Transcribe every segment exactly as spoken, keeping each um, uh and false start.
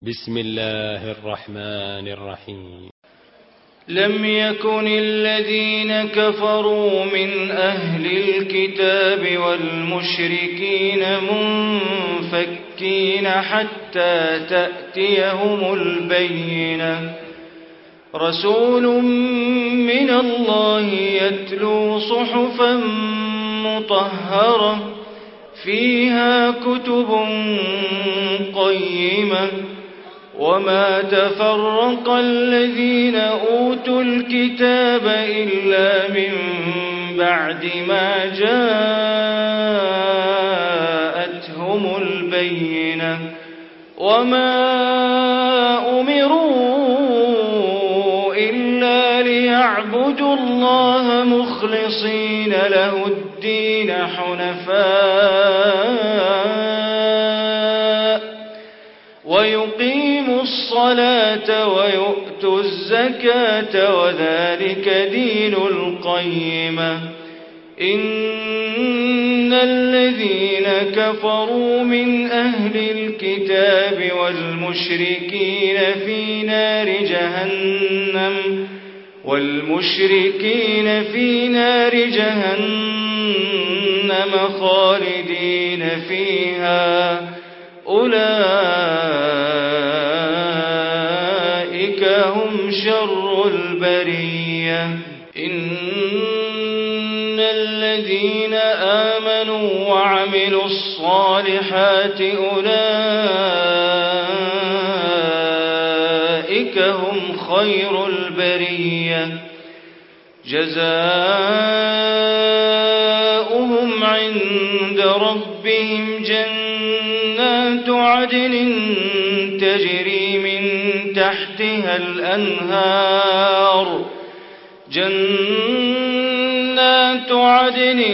بسم الله الرحمن الرحيم. لم يكن الذين كفروا من أهل الكتاب والمشركين منفكين حتى تأتيهم البينة رسول من الله يتلو صحفا مطهرة فيها كتب قيمة وما تفرق الذين أوتوا الكتاب إلا من بعد ما جاءتهم البينة وما أمروا إلا ليعبدوا الله مخلصين له الدين حنفاء ويقيموا الصلاة ويؤتوا الزكاة وذلك دين القيمة إن الذين كفروا من أهل الكتاب والمشركين في نار جهنم والمشركين في نار جهنم خالدين فيها أولئك هم شر البرية إن الذين آمنوا وعملوا الصالحات أولئك هم خير البرية جزاؤهم عند ربهم جنات عدن تجري من تحتها الأنهار جنات عدن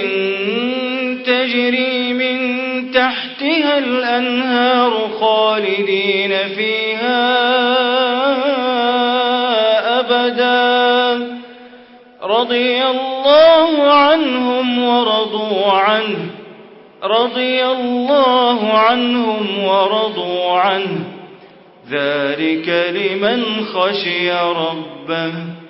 تجري من تحتها الأنهار خالدين فيها أبدا رضي الله عنهم ورضوا عنه رضي الله عنهم ورضوا عنه ذلك لمن خشي ربه